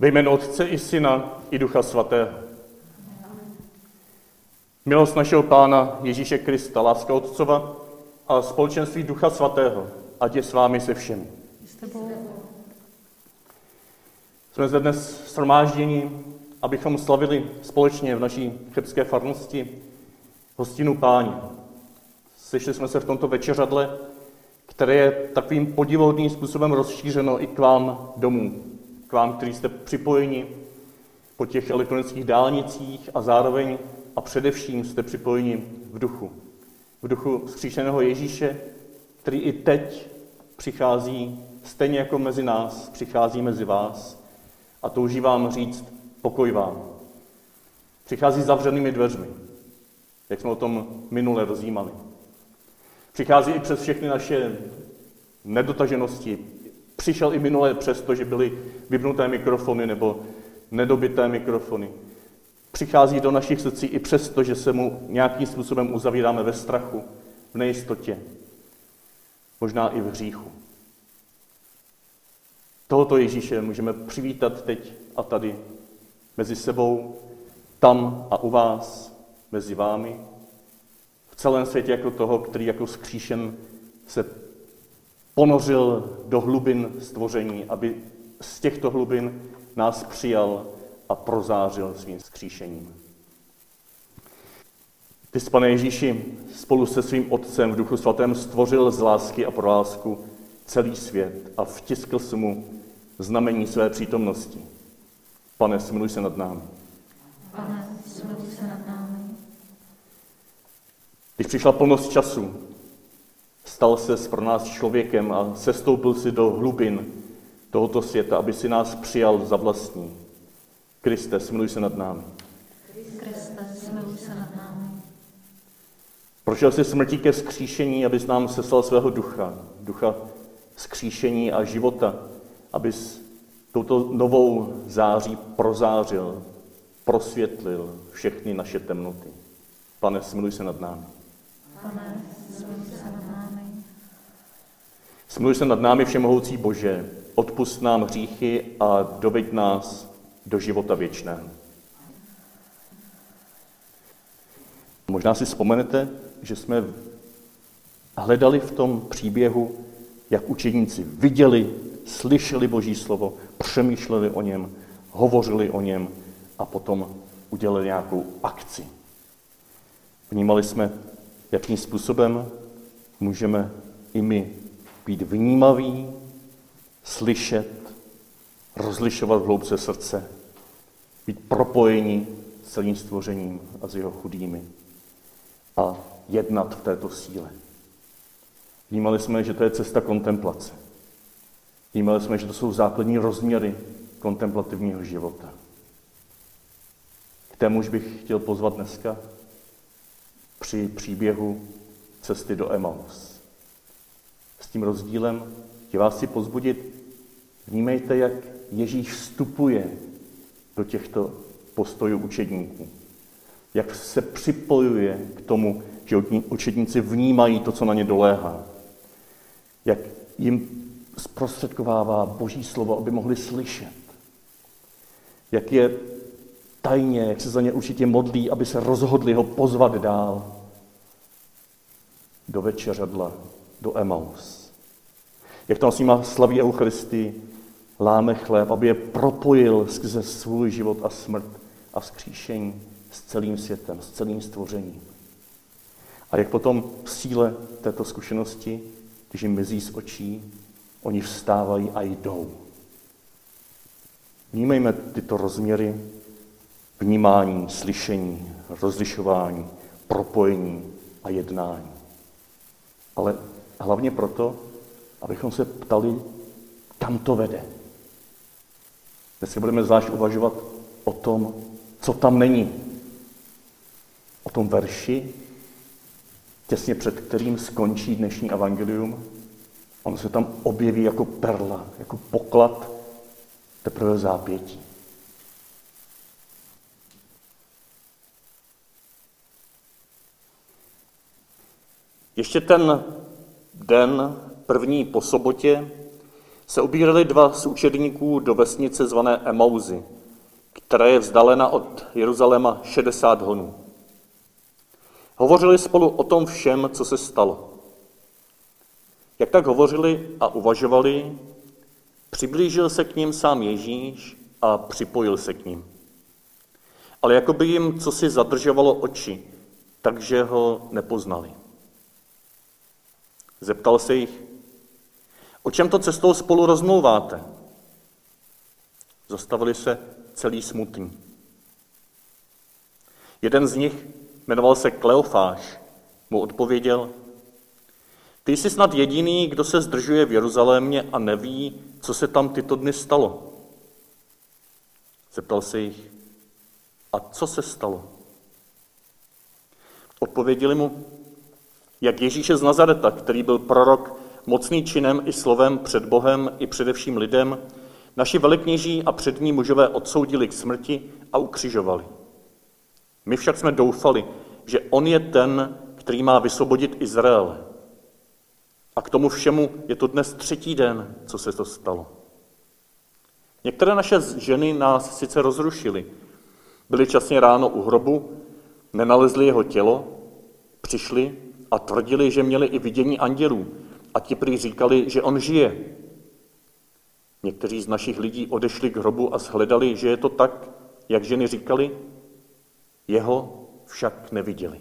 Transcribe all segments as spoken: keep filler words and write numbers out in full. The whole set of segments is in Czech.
Ve jménu Otce i Syna i Ducha Svatého. Milost našeho Pána Ježíše Krista, láska Otcova a společenství Ducha Svatého, ať je s vámi se všemi. Jsme zde dnes shromážděni, abychom slavili společně v naší chebské farnosti hostinu Páně. Sešli jsme se v tomto večeřadle, které je takovým podivuhodným způsobem rozšířeno i k vám domů, k vám, kteří jste připojeni po těch elektronických dálnicích a zároveň a především jste připojeni v duchu. V duchu vzkříšeného Ježíše, který i teď přichází, stejně jako mezi nás, přichází mezi vás a touží vám říct pokoj vám. Přichází zavřenými dveřmi, jak jsme o tom minule rozjímali. Přichází i přes všechny naše nedotaženosti. Přišel i minule přesto, že byly vypnuté mikrofony nebo nedobité mikrofony. Přichází do našich srdcí i přesto, že se mu nějakým způsobem uzavíráme ve strachu, v nejistotě, možná i v hříchu. Tohoto Ježíše můžeme přivítat teď a tady mezi sebou, tam a u vás, mezi vámi, v celém světě jako toho, který jako vzkříšen se ponořil do hlubin stvoření, aby z těchto hlubin nás přijal a prozářil svým vzkříšením. Ty, Pane Ježíši, spolu se svým Otcem v Duchu Svatém stvořil z lásky a pro lásku celý svět a vtiskl si mu znamení své přítomnosti. Pane, smiluj se nad námi. Pane, smiluj se nad námi. Když přišla plnost času, stal ses pro nás člověkem a sestoupil si do hlubin tohoto světa, aby si nás přijal za vlastní. Kriste, smiluj se nad námi. Kriste, smiluj se nad námi. Prošel jsi smrtí ke vzkříšení, abys nám seslal svého ducha, ducha vzkříšení a života, abys touto novou září prozářil, prosvětlil všechny naše temnoty. Pane, smiluj se nad námi. Pane, smiluj se nad námi. Smiluj se nad námi, všemohoucí Bože, odpusť nám hříchy a doveď nás do života věčného. Možná si vzpomenete, že jsme hledali v tom příběhu, jak učedníci viděli, slyšeli Boží slovo, přemýšleli o něm, hovořili o něm a potom udělali nějakou akci. Vnímali jsme, jakým způsobem můžeme i my být vnímaví, slyšet, rozlišovat v hloubce srdce, být propojeni s celým stvořením a s jeho chudými a jednat v této síle. Vnímali jsme, že to je cesta kontemplace. Vnímali jsme, že to jsou základní rozměry kontemplativního života. K témuž bych chtěl pozvat dneska při příběhu cesty do Emaus. S tím rozdílem, že vás chci pozbudit, vnímejte, jak Ježíš vstupuje do těchto postojů učedníků. Jak se připojuje k tomu, že učedníci vnímají to, co na ně doléhá. Jak jim zprostředkovává Boží slovo, aby mohli slyšet. Jak je tajně, jak se za ně určitě modlí, aby se rozhodli ho pozvat dál do večeřadla, do Emaus. Jak tam s nima slaví Eucharistii, láme chléb, aby je propojil skrze svůj život a smrt a vzkříšení s celým světem, s celým stvořením. A jak potom v síle této zkušenosti, když jim mizí z očí, oni vstávají a jdou. Vnímejme tyto rozměry vnímání, slyšení, rozlišování, propojení a jednání. Ale hlavně proto, abychom se ptali, kam to vede. Dnes budeme zvlášť uvažovat o tom, co tam není. O tom verši, těsně před kterým skončí dnešní evangelium. On se tam objeví jako perla, jako poklad teprve zápětí. Ještě ten den první po sobotě se ubírali dva z učedníků do vesnice zvané Emauzy, která je vzdálena od Jeruzaléma šedesát honů. Hovořili spolu o tom všem, co se stalo. Jak tak hovořili a uvažovali, přiblížil se k ním sám Ježíš a připojil se k ním. Ale jako by jim cosi zadržovalo oči, takže ho nepoznali. Zeptal se jich, o čem to cestou spolu rozmlouváte? Zastavili se celý smutní. Jeden z nich, jmenoval se Kleofáš, mu odpověděl, ty jsi snad jediný, kdo se zdržuje v Jeruzalémě a neví, co se tam tyto dny stalo. Zeptal se jich, a co se stalo? Odpověděli mu, jak Ježíše z Nazareta, který byl prorok, mocný činem i slovem před Bohem i především lidem, naši velekněží a přední mužové odsoudili k smrti a ukřižovali. My však jsme doufali, že on je ten, který má vysvobodit Izraele. A k tomu všemu je to dnes třetí den, co se to stalo. Některé naše ženy nás sice rozrušily. Byly časně ráno u hrobu, nenalezli jeho tělo, přišli a tvrdili, že měli i vidění andělů a ti prý říkali, že on žije. Někteří z našich lidí odešli k hrobu a shledali, že je to tak, jak ženy říkali, jeho však neviděli.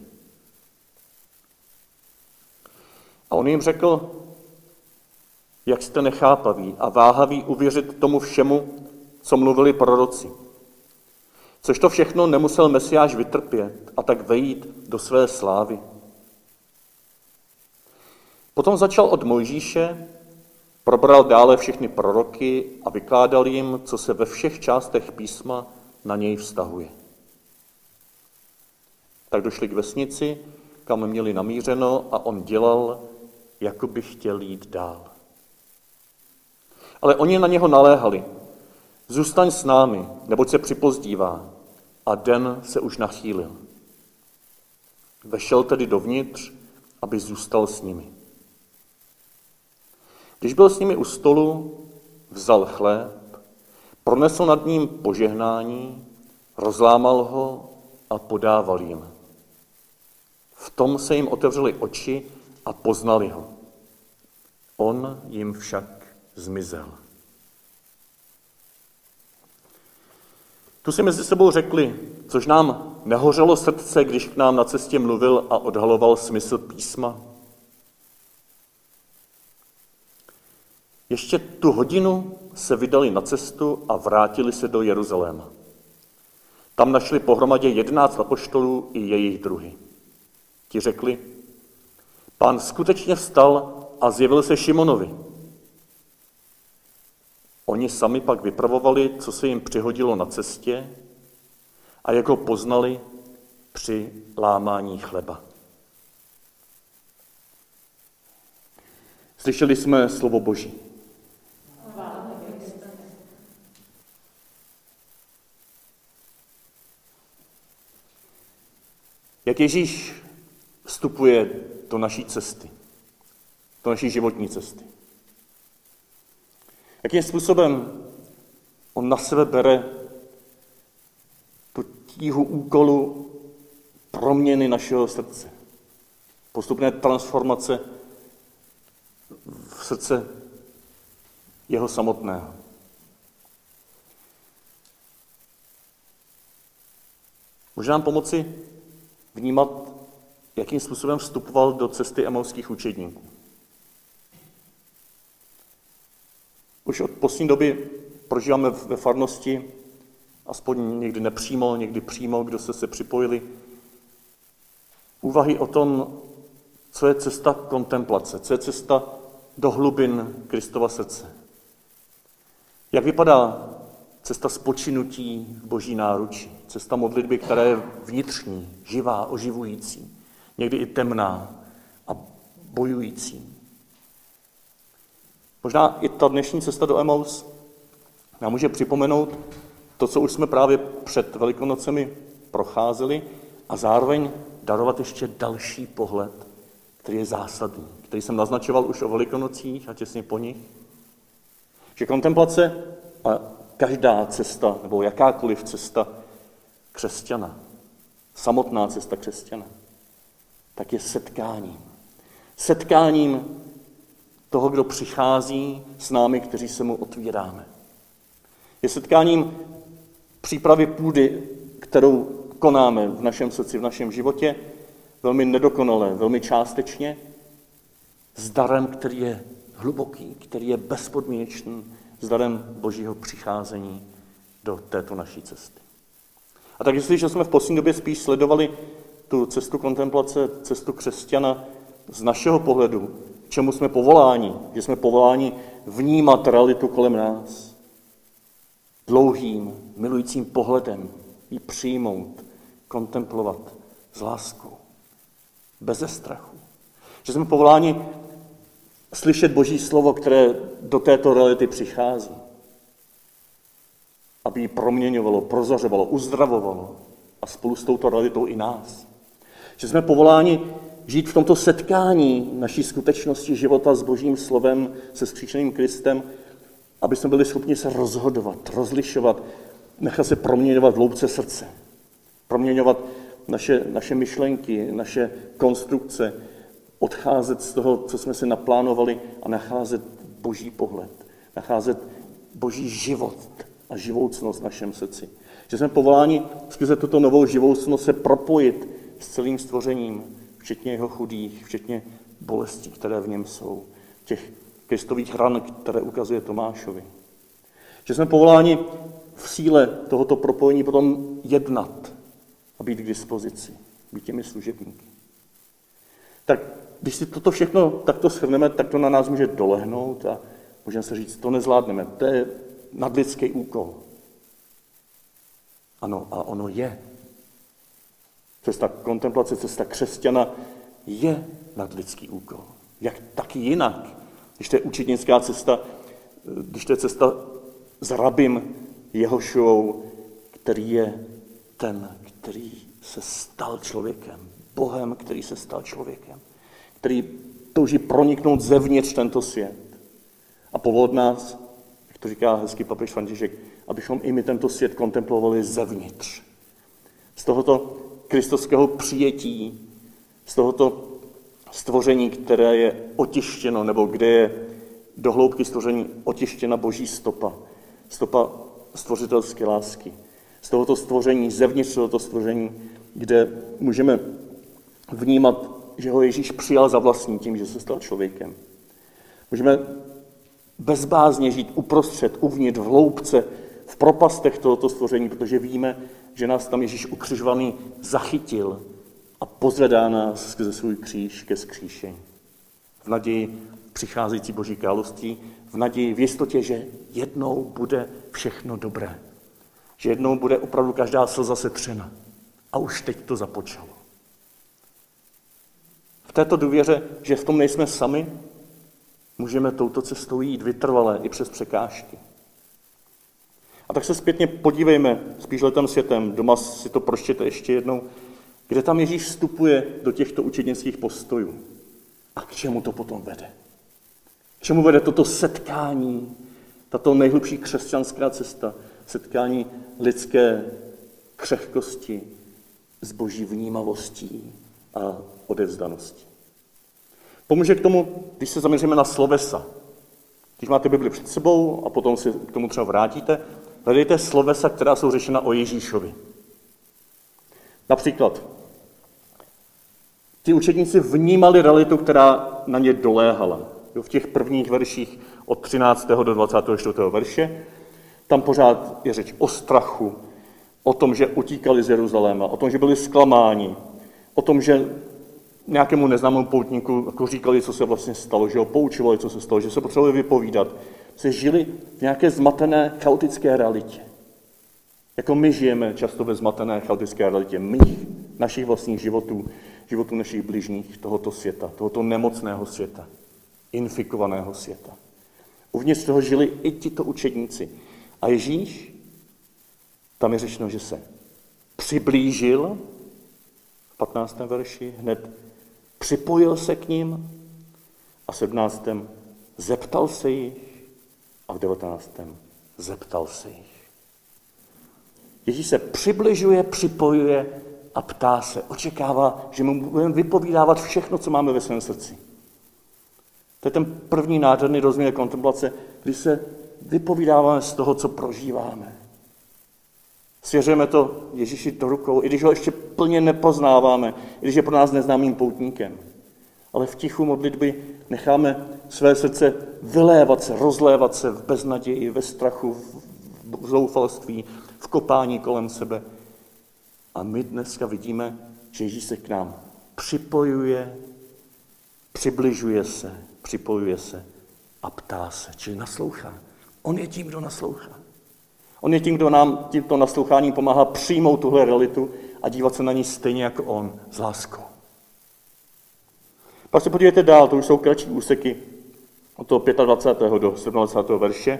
A on jim řekl, jak jste nechápaví a váhaví uvěřit tomu všemu, co mluvili proroci. Což to všechno nemusel Mesiáš vytrpět a tak vejít do své slávy. Potom začal od Mojžíše, probral dále všechny proroky a vykládal jim, co se ve všech částech písma na něj vztahuje. Tak došli k vesnici, kam měli namířeno a on dělal, jako by chtěl jít dál. Ale oni na něho naléhali. Zůstaň s námi, neboť se připozdívá. A den se už nachýlil. Vešel tedy dovnitř, aby zůstal s nimi. Když byl s nimi u stolu, vzal chléb, pronesl nad ním požehnání, rozlámal ho a podával jim. V tom se jim otevřely oči a poznali ho. On jim však zmizel. Tu si mezi sebou řekli, což nám nehořelo srdce, když k nám na cestě mluvil a odhaloval smysl písma. Ještě tu hodinu se vydali na cestu a vrátili se do Jeruzaléma. Tam našli pohromadě jedenáct apoštolů i jejich druhy. Ti řekli, Pán skutečně vstal a zjevil se Šimonovi. Oni sami pak vypravovali, co se jim přihodilo na cestě a jak ho poznali při lámání chleba. Slyšeli jsme slovo Boží. Jak Ježíš vstupuje do naší cesty, do naší životní cesty. Jakým způsobem on na sebe bere tu tíhu úkolu proměny našeho srdce. Postupné transformace v srdce jeho samotného. Může nám pomoci vnímat, jakým způsobem vstupoval do cesty emauských učedníků. Už od poslední doby prožíváme ve farnosti, aspoň někdy nepřímo, někdy přímo, kdo se se připojili, úvahy o tom, co je cesta kontemplace, co je cesta do hlubin Kristova srdce. Jak vypadá cesta spočinutí v Boží náručí, cesta modlitby, která je vnitřní, živá, oživující, někdy i temná a bojující. Možná i ta dnešní cesta do Emaus nám může připomenout to, co už jsme právě před Velikonocemi procházeli a zároveň darovat ještě další pohled, který je zásadní, který jsem naznačoval už o Velikonocích a těsně po nich. Že kontemplace a každá cesta, nebo jakákoliv cesta křesťana, samotná cesta křesťana, tak je setkáním. Setkáním toho, kdo přichází s námi, kteří se mu otvíráme. Je setkáním přípravy půdy, kterou konáme v našem srdci, v našem životě, velmi nedokonale, velmi částečně, s darem, který je hluboký, který je bezpodmínečný, s darem Božího přicházení do této naší cesty. A tak jestliže jsme v poslední době spíš sledovali tu cestu kontemplace, cestu křesťana z našeho pohledu, k čemu jsme povoláni, že jsme povoláni vnímat realitu kolem nás, dlouhým, milujícím pohledem ji přijmout, kontemplovat s láskou, beze strachu. Že jsme povoláni slyšet Boží slovo, které do této reality přichází, aby ji proměňovalo, prozařovalo, uzdravovalo a spolu s touto realitou i nás. Že jsme povoláni žít v tomto setkání naší skutečnosti života s Božím slovem, se vzkříšeným Kristem, aby jsme byli schopni se rozhodovat, rozlišovat, nechat se proměňovat v hloubce srdce, proměňovat naše, naše myšlenky, naše konstrukce, odcházet z toho, co jsme si naplánovali a nacházet Boží pohled, nacházet Boží život a živoucnost v našem srdci. Že jsme povoláni skrze tuto novou živoucnost se propojit s celým stvořením, včetně jeho chudých, včetně bolestí, které v něm jsou, těch Kristových ran, které ukazuje Tomášovi. Že jsme povoláni v síle tohoto propojení potom jednat a být k dispozici, být těmi služebníky. Tak když si toto všechno takto shrneme, tak to na nás může dolehnout a můžeme se říct, to nezvládneme, to je nadlidský úkol. Ano, a ono je. Cesta kontemplace, cesta křesťana je nadlidský úkol. Jak taky jinak, když to je učednická cesta, když to je cesta za rabim Jehošuou, který je ten, který se stal člověkem, Bohem, který se stal člověkem, který touží proniknout zevnitř tento svět a povolat nás, jak to říká hezký papež František, abychom i my tento svět kontemplovali zevnitř. Z tohoto kristovského přijetí, z tohoto stvoření, které je otištěno, nebo kde je do hloubky stvoření otištěna Boží stopa, stopa stvořitelské lásky. Z tohoto stvoření, zevnitř tohoto stvoření, kde můžeme vnímat, že ho Ježíš přijal za vlastní tím, že se stal člověkem. Můžeme bezbázně žít uprostřed, uvnitř, v hloubce, v propastech tohoto stvoření, protože víme, že nás tam Ježíš ukřižovaný zachytil a pozvedá nás skrze svůj kříž ke vzkříšení. V naději přicházející Boží království, v naději, v jistotě, že jednou bude všechno dobré. Že jednou bude opravdu každá slza setřena. A už teď to započalo. V této důvěře, že v tom nejsme sami, můžeme touto cestou jít vytrvale i přes překážky. A tak se zpětně podívejme spíš letem světem, doma si to pročtěte ještě jednou, kde tam Ježíš vstupuje do těchto učednických postojů. A k čemu to potom vede? K čemu vede toto setkání, tato nejhlubší křesťanská cesta, setkání lidské křehkosti s Boží vnímavostí a odevzdaností. Pomůže k tomu, když se zaměříme na slovesa. Když máte Bibli před sebou a potom si k tomu třeba vrátíte, hledejte slovesa, která jsou řešena o Ježíšovi. Například, ti učedníci vnímali realitu, která na ně doléhala. V těch prvních verších od třináctého do dvacátého čtvrtého verše, tam pořád je řeč o strachu, o tom, že utíkali z Jeruzaléma, o tom, že byli zklamáni, o tom, že nějakému neznámému poutníku jako říkali, co se vlastně stalo, že ho poučovali, co se stalo, že se potřebovali vypovídat. Se žili v nějaké zmatené, chaotické realitě. Jako my žijeme často ve zmatené, chaotické realitě mých, našich vlastních životů, životů našich bližních, tohoto světa, tohoto nemocného světa, infikovaného světa. Uvnitř toho žili i tito učedníci. A Ježíš, tam je řečeno, že se přiblížil, v patnáctém verši, hned připojil se k ním a v sedmnáctém zeptal se jich, a v devatenáctém zeptal se jich. Ježíš se přibližuje, připojuje a ptá se, očekává, že mu budeme vypovídávat všechno, co máme ve svém srdci. To je ten první nádherný rozměr kontemplace, kdy se vypovídáváme z toho, co prožíváme. Svěřujeme to Ježíši do rukou, i když ho ještě plně nepoznáváme, i když je pro nás neznámým poutníkem. Ale v tichu modlitby necháme své srdce vylévat se, rozlévat se v beznaději, ve strachu, v zoufalství, v kopání kolem sebe. A my dneska vidíme, že Ježíš se k nám připojuje, přibližuje se, připojuje se a ptá se, čili naslouchá. On je tím, kdo naslouchá. On je tím, kdo nám tímto nasloucháním pomáhá přijmout tuhle realitu a dívat se na ní stejně jako on, s láskou. Pak se podívejte dál, to už jsou kratší úseky od toho dvacátého pátého do sedmdesátého verše.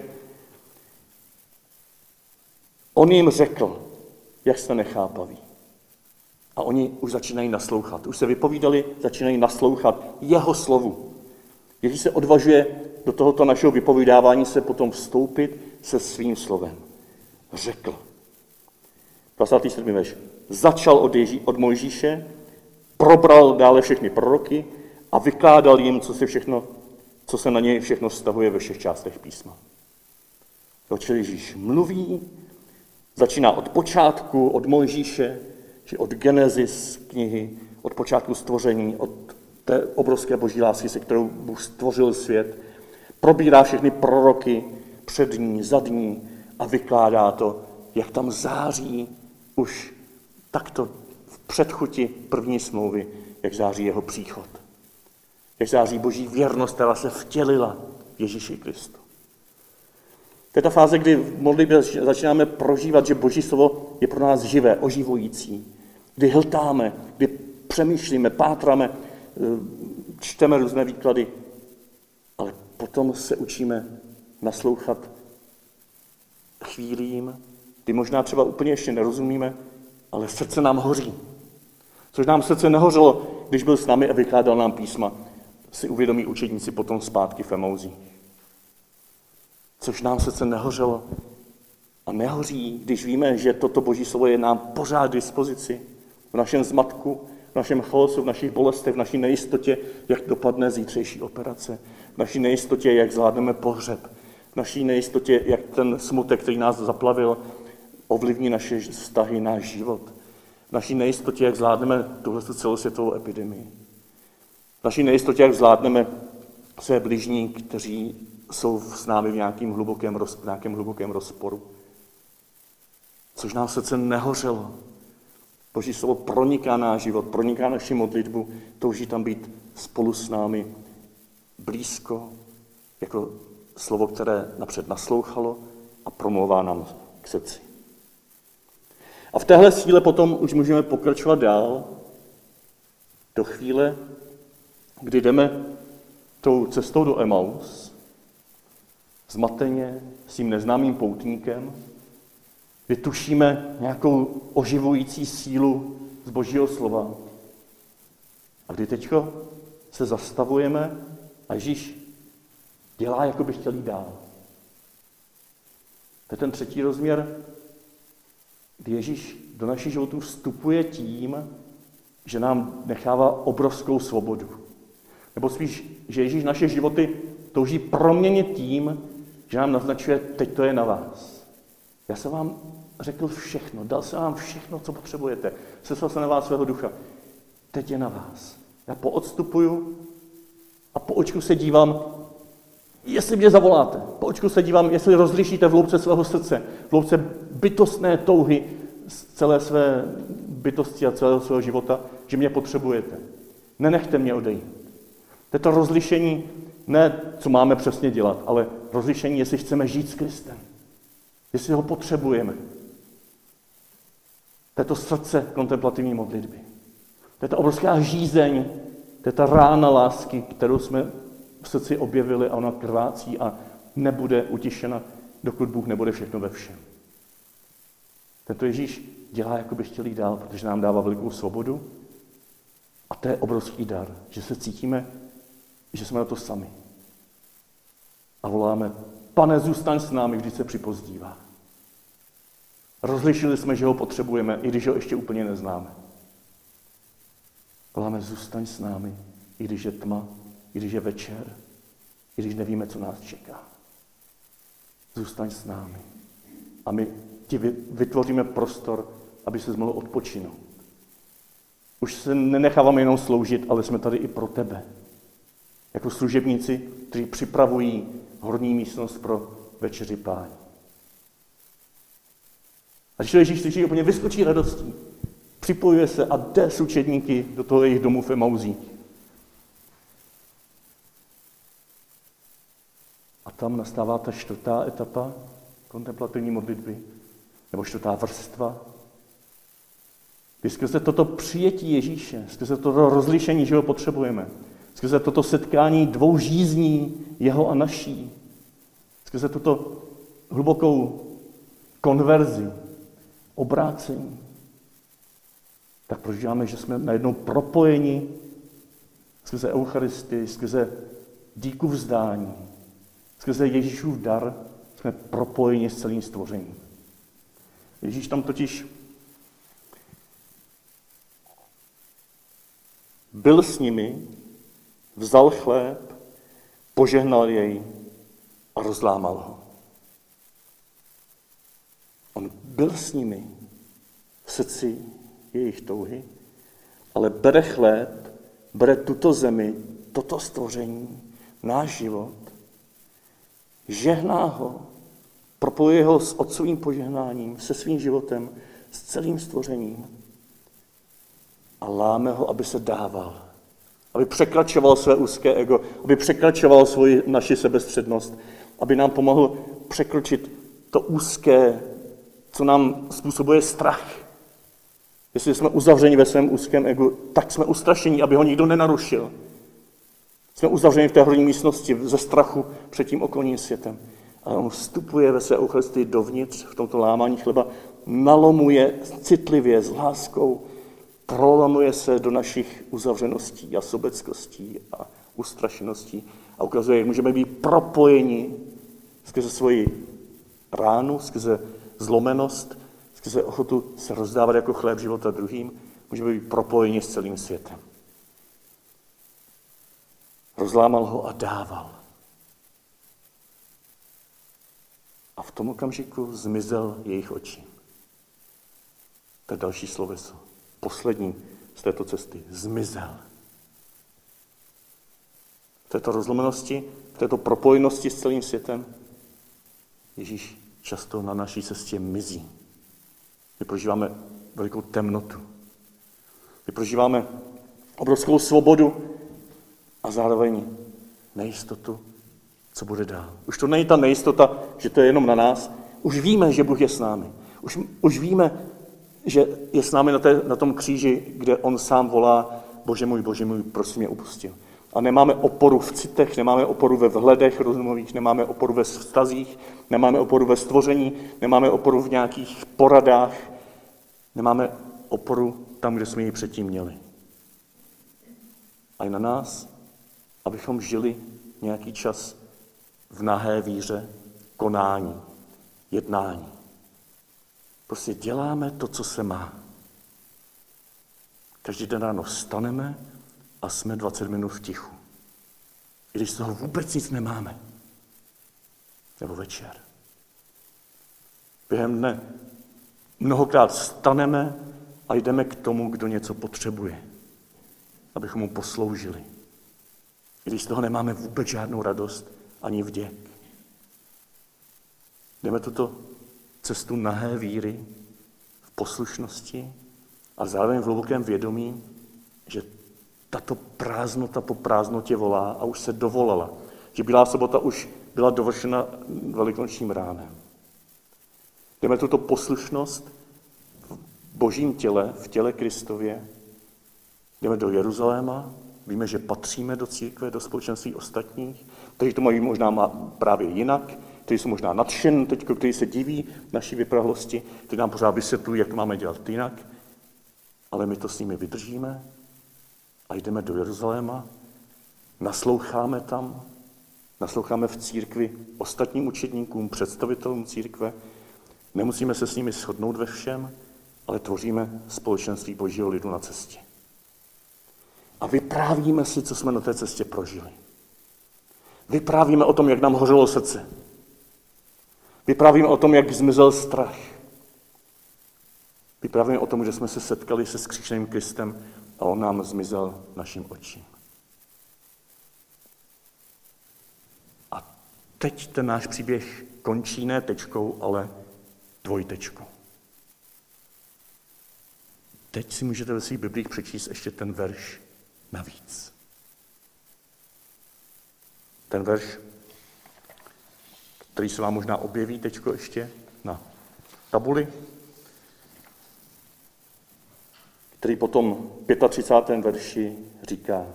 On jim řekl, jak jste nechápaví. A oni už začínají naslouchat. Už se vypovídali, začínají naslouchat jeho slovu. Ježíš se odvažuje do tohoto našeho vypovídávání se potom vstoupit se svým slovem. Řekl. dvacátý sedmý verš. Začal od, Ježí, od Mojžíše, probral dále všechny proroky a vykládal jim, co se, všechno, co se na něj všechno vztahuje ve všech částech písma. Čili Ježíš mluví, začíná od počátku, od Mojžíše, či od Genesis knihy, od počátku stvoření, od té obrovské boží lásky, se kterou Bůh stvořil svět, probírá všechny proroky před ní, za ní a vykládá to, jak tam září už takto v předchuti první smlouvy, jak září jeho příchod. Jak září boží věrnost, která se vtělila v Ježíši Kristu. To je ta fáze, kdy v modlitbě začínáme prožívat, že boží slovo je pro nás živé, oživující. Kdy hltáme, kdy přemýšlíme, pátráme, čteme různé výklady, ale potom se učíme naslouchat chvílím, kdy možná třeba úplně ještě nerozumíme, ale srdce nám hoří. Což nám srdce nehořelo, když byl s námi a vykládal nám písma, si uvědomí učedníci potom zpátky v Emauzích. Což nám srdce nehořelo a nehoří, když víme, že toto boží slovo je nám pořád k dispozici v našem zmatku, v našem chaosu, v našich bolestech, v naší nejistotě, jak dopadne zítřejší operace, v naší nejistotě, jak zvládneme pohřeb, v naší nejistotě, jak ten smutek, který nás zaplavil, ovlivní naše vztahy, náš život. V naší nejistotě, jak zvládneme tuhle celosvětovou epidemii. V naší nejistotě, jak zvládneme své bližní, kteří jsou s námi v nějakém hlubokém, v nějakém hlubokém rozporu. Což nám srdce nehořelo. Boží slovo proniká náš život, proniká naši modlitbu, touží tam být spolu s námi blízko, jako slovo, které napřed naslouchalo a promlouvá nám k srdci. A v téhle síle potom už můžeme pokračovat dál do chvíle, kdy jdeme tou cestou do Emaus, zmateně, s tím neznámým poutníkem, kdy tušíme nějakou oživující sílu z Božího slova. A kdy teďko se zastavujeme a Ježíš dělá, jako by chtěl jít dál. To je ten třetí rozměr, kdy Ježíš do našich životů vstupuje tím, že nám nechává obrovskou svobodu. Nebo spíš, že Ježíš naše životy touží proměnit tím, že nám naznačuje, teď to je na vás. Já jsem vám řekl všechno, dal jsem vám všechno, co potřebujete. Seslal jsem na vás svého ducha. Teď je na vás. Já poodstupuju a po očku se dívám, jestli mě zavoláte. Po očku se dívám, jestli rozlišíte v hloubce svého srdce, v hloubce bytostné touhy z celé své bytosti a celého svého života, že mě potřebujete. Nenechte mě odejít. To je to rozlišení, ne co máme přesně dělat, ale rozlišení, jestli chceme žít s Kristem. Jestli ho potřebujeme. To je to srdce kontemplativní modlitby. To je ta obrovská žízeň, to je ta rána lásky, kterou jsme v srdci objevili a ona krvácí a nebude utišena, dokud Bůh nebude všechno ve všem. Tento Ježíš dělá, jako by chtěl jít dál, protože nám dává velikou svobodu a to je obrovský dar, že se cítíme, že jsme na to sami. A voláme, Pane, zůstaň s námi, když se připozdívá. Rozlišili jsme, že ho potřebujeme, i když ho ještě úplně neznáme. Voláme, zůstaň s námi, i když je tma, i když je večer, i když nevíme, co nás čeká. Zůstaň s námi. A my ti vytvoříme prostor, aby se mohl odpočinout. Už se nenecháváme jenom sloužit, ale jsme tady i pro tebe. Jako služebníci, kteří připravují horní místnost pro večeři Páně. A když to Ježíš slyší, úplně vyskočí radostí. Připojuje se a jde s učedníky do toho jejich domu v Emauzích. A tam nastává ta čtvrtá etapa kontemplativní modlitby, nebo čtvrtá vrstva. Kdy skrze toto přijetí Ježíše, skrze toto rozlišení, že ho potřebujeme, skrze toto setkání dvou žízní, jeho a naší, skrze tuto hlubokou konverzi, obrácení, tak prožíváme, že jsme najednou propojeni skrze Eucharistii, skrze díku vzdání, skrze Ježíšův dar, jsme propojeni s celým stvořením. Ježíš tam totiž byl s nimi, vzal chléb, požehnal jej a rozlámal ho. On byl s nimi v srdci jejich touhy, ale bere chléb, bere tuto zemi, toto stvoření, náš život, žehná ho, propojuje ho s otcovým požehnáním, se svým životem, s celým stvořením a láme ho, aby se dával, aby překračoval své úzké ego, aby překračoval svoji naši sebestřednost, aby nám pomohl překročit to úzké, co nám způsobuje strach. Jestli jsme uzavřeni ve svém úzkém egu, tak jsme ustrašení, aby ho nikdo nenarušil. Jsme uzavřeni v té horní místnosti ze strachu před tím okolním světem. Ale on vstupuje ve své Eucharistii dovnitř, v tomto lámání chleba, nalomuje citlivě, s láskou, prolamuje se do našich uzavřeností a sobeckostí a ustrašeností a ukazuje, jak můžeme být propojeni skrze svoji ránu, skrze zlomenost, skrze ochotu se rozdávat jako chléb života druhým, můžeme být propojeni s celým světem. Rozlámal ho a dával. A v tom okamžiku zmizel jejich oči. To je další sloveso. Poslední z této cesty. Zmizel. V této rozlomenosti, v této propojenosti s celým světem Ježíš často na naší cestě mizí. My prožíváme velikou temnotu. My prožíváme obrovskou svobodu a zároveň nejistotu, co bude dál. Už to není ta nejistota, že to je jenom na nás. Už víme, že Bůh je s námi. Už, už víme, že je s námi na, té, na tom kříži, kde on sám volá, Bože můj, Bože můj, prosím mě upustil. A nemáme oporu v citech, nemáme oporu ve vhledech rozumových, nemáme oporu ve vztazích, nemáme oporu ve stvoření, nemáme oporu v nějakých poradách, nemáme oporu tam, kde jsme ji předtím měli. A je na nás, abychom žili nějaký čas v nahé víře, konání, jednání. Prostě děláme to, co se má. Každý den ráno vstaneme a jsme dvacet minut v tichu. I když z toho vůbec nic nemáme. Nebo večer. Během dne mnohokrát vstaneme a jdeme k tomu, kdo něco potřebuje. Abychom mu posloužili. I když z toho nemáme vůbec žádnou radost ani vděk. Jdeme tuto cestu nahé víry v poslušnosti a zároveň v hlubokém vědomí, že tato prázdnota po prázdnotě volá a už se dovolala. Že Bílá sobota už byla dovršena velikonočním ránem. Jdeme tuto poslušnost v Božím těle, v těle Kristově. Jdeme do Jeruzaléma, víme, že patříme do církve, do společenství ostatních, kteří to mají možná právě jinak, kteří jsou možná nadšen, teď, kteří se diví naší vyprahlosti, kteří nám pořád vysvětlují, jak to máme dělat jinak, ale my to s nimi vydržíme a jdeme do Jeruzaléma, nasloucháme tam, nasloucháme v církvi ostatním učedníkům, představitelům církve. Nemusíme se s nimi shodnout ve všem, ale tvoříme společenství Božího lidu na cestě. A vyprávíme si, co jsme na té cestě prožili. Vyprávíme o tom, jak nám hořelo srdce. Vyprávíme o tom, jak zmizel strach. Vyprávíme o tom, že jsme se setkali se vzkříšeným Kristem a on nám zmizel našim očím. A teď ten náš příběh končí ne tečkou, ale dvojtečkou. Teď si můžete ve svých biblích přečíst ještě ten verš navíc. Ten verš, který se vám možná objeví teďko ještě na tabuli, který potom v třicátém pátém verši říká: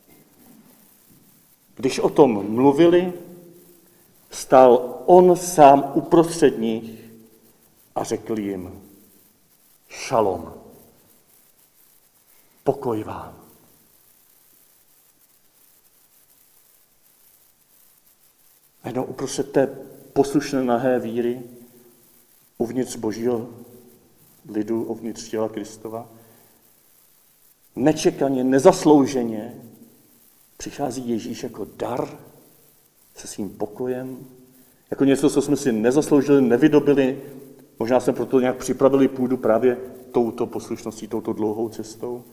Když o tom mluvili, stál on sám uprostřed nich a řekl jim: Šalom, pokoj vám. Najednou uprostřed té poslušné nahé víry uvnitř Božího lidu, uvnitř těla Kristova, nečekaně, nezaslouženě přichází Ježíš jako dar se svým pokojem, jako něco, co jsme si nezasloužili, nevydobili, možná jsme proto nějak připravili půdu právě touto poslušností, touto dlouhou cestou,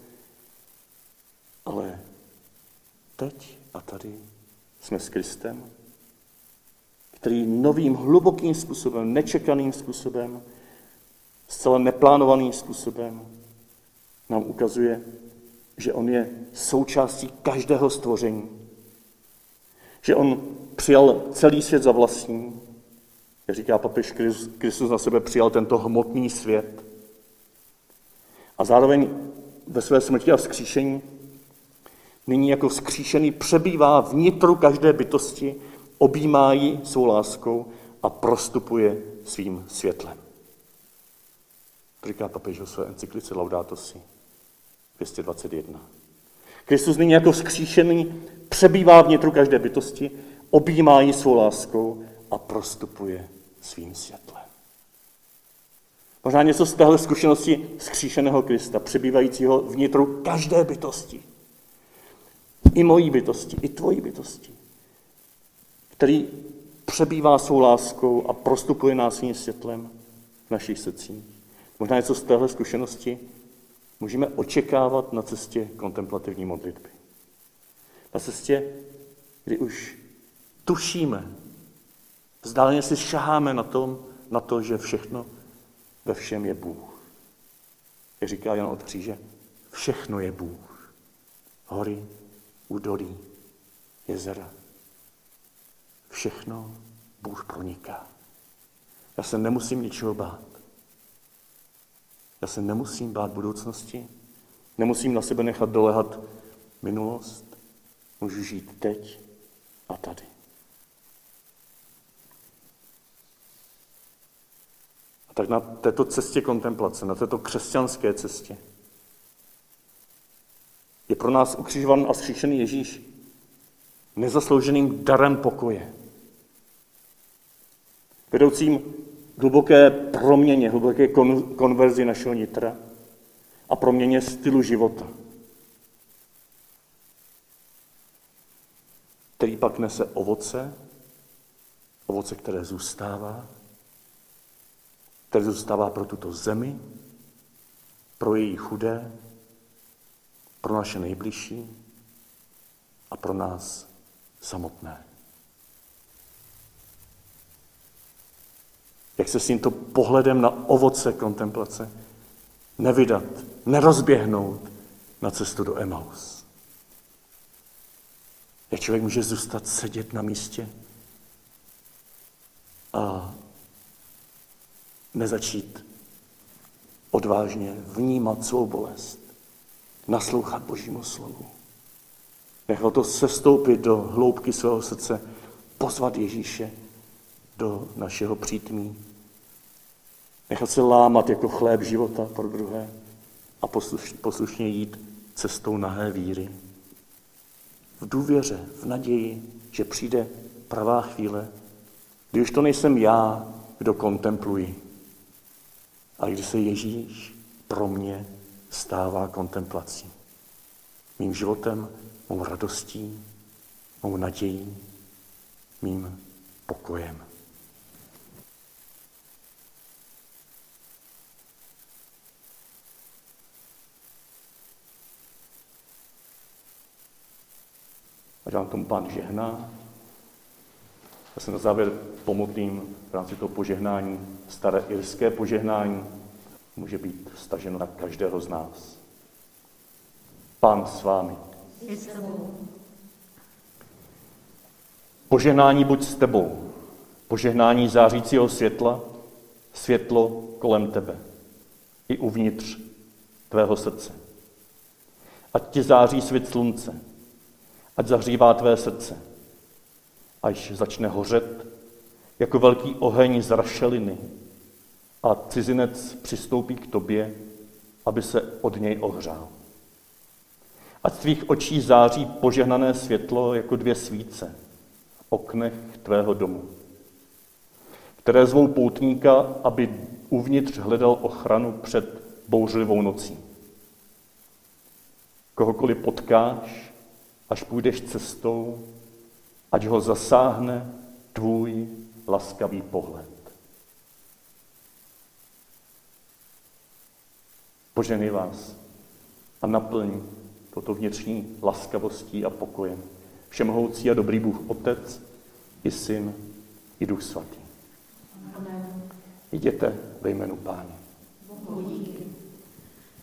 ale teď a tady jsme s Kristem, který novým, hlubokým způsobem, nečekaným způsobem, zcela neplánovaným způsobem nám ukazuje, že on je součástí každého stvoření. Že on přijal celý svět za vlastní. Jak říká papež Kristus, na sebe přijal tento hmotný svět. A zároveň ve své smrti a vzkříšení nyní jako vzkříšený přebývá vnitru každé bytosti, objímá ji svou láskou a prostupuje svým světlem. To říká papež o své encyklice Laudato Si dvě stě dvacet jedna. Kristus nyní jako vzkříšený přebývá vnitru každé bytosti, objímá ji svou láskou a prostupuje svým světlem. Možná něco z téhle zkušenosti vzkříšeného Krista, přebývajícího vnitru každé bytosti. I mojí bytosti, i tvojí bytosti. Který přebývá svou láskou a prostupuje nás svým světlem v našich srdcích. Možná něco z téhle zkušenosti můžeme očekávat na cestě kontemplativní modlitby. Na cestě, kdy už tušíme, vzdáleně si šaháme na, tom, na to, že všechno ve všem je Bůh. Jak říká Jan od Kříže, všechno je Bůh. Hory, údolí, jezera. Všechno Bůh proniká. Já se nemusím ničeho bát. Já se nemusím bát budoucnosti. Nemusím na sebe nechat dolehat minulost. Můžu žít teď a tady. A tak na této cestě kontemplace, na této křesťanské cestě je pro nás ukřižovaný a vzkříšený Ježíš nezaslouženým darem pokoje. Vedoucím hluboké proměně, hluboké kon- konverzi našeho nitra a proměně stylu života, který pak nese ovoce, ovoce, které zůstává, které zůstává pro tuto zemi, pro její chudé, pro naše nejbližší a pro nás samotné. Jak se s tímto pohledem na ovoce kontemplace nevydat, nerozběhnout na cestu do Emaus. Jak člověk může zůstat sedět na místě a nezačít odvážně vnímat svou bolest, naslouchat Božímu slovu. Nechal to sestoupit do hloubky svého srdce, pozvat Ježíše do našeho přítmí. Nechat se lámat jako chléb života pro druhé a posluš, poslušně jít cestou nahé víry. V důvěře, v naději, že přijde pravá chvíle, kdy už to nejsem já, kdo kontempluji, ale kdy se Ježíš pro mě stává kontemplací. Mým životem, mou radostí, mou nadějí, mým pokojem. Ať vám tomu Pán žehná. Já se na závěr pomodlím v rámci toho požehnání, staré irské požehnání, může být vztaženo na každého z nás. Pán s vámi. Požehnání buď s tebou, požehnání zářícího světla, světlo kolem tebe i uvnitř tvého srdce. Ať ti září svit slunce, ať zahřívá tvé srdce, až začne hořet jako velký oheň z rašeliny a cizinec přistoupí k tobě, aby se od něj ohřál. Ať z tvých očí září požehnané světlo jako dvě svíce v oknech tvého domu, které zvou poutníka, aby uvnitř hledal ochranu před bouřlivou nocí. Kohokoliv potkáš, až půjdeš cestou, ať ho zasáhne tvůj laskavý pohled. Požehnej vás a naplň toto vnitřní laskavostí a pokojem všemohoucí a dobrý Bůh Otec i Syn i Duch Svatý. Amen. Jděte ve jménu Páně.